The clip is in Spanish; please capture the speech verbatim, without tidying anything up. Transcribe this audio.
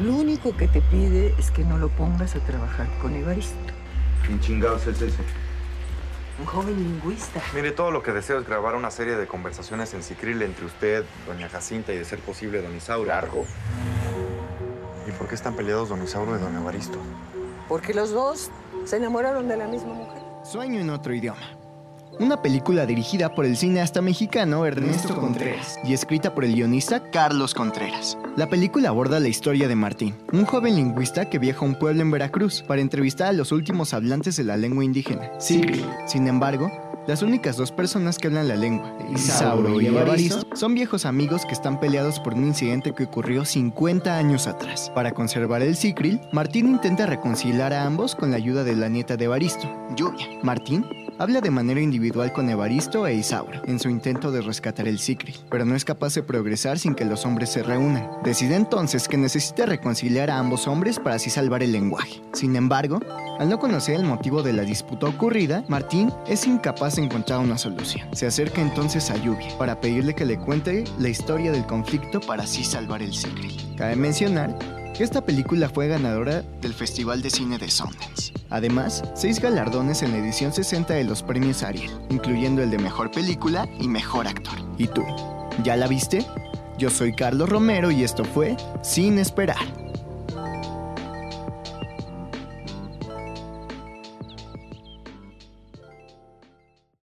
Lo único que te pide es que no lo pongas a trabajar con Evaristo. ¿Quién chingados es ese? Un joven lingüista. Mire, todo lo que deseo es grabar una serie de conversaciones en Sicril entre usted, doña Jacinta y, de ser posible, don Isauro. Largo. ¿Y por qué están peleados don Isauro y don Evaristo? Porque los dos se enamoraron de la misma mujer. Sueño en otro idioma. Una película dirigida por el cineasta mexicano Ernesto Contreras y escrita por el guionista Carlos Contreras. La película aborda la historia de Martín, un joven lingüista que viaja a un pueblo en Veracruz para entrevistar a los últimos hablantes de la lengua indígena, Sicril. Sin embargo, las únicas dos personas que hablan la lengua, Isauro y Evaristo, son viejos amigos que están peleados por un incidente que ocurrió cincuenta años atrás. Para conservar el Sicril, Martín intenta reconciliar a ambos con la ayuda de la nieta de Evaristo, Lluvia. Martín habla de manera individual con Evaristo e Isauro en su intento de rescatar el Sicril, pero no es capaz de progresar sin que los hombres se reúnan. Decide entonces que necesita reconciliar a ambos hombres para así salvar el lenguaje. Sin embargo, al no conocer el motivo de la disputa ocurrida, Martín es incapaz de encontrar una solución. Se acerca entonces a Lluvia para pedirle que le cuente la historia del conflicto para así salvar el Sicril. Cabe mencionar que esta película fue ganadora del Festival de Cine de Sundance. Además, seis galardones en la edición sesenta de los premios Ariel, incluyendo el de Mejor Película y Mejor Actor. ¿Y tú? ¿Ya la viste? Yo soy Carlos Romero y esto fue Sin Esperar.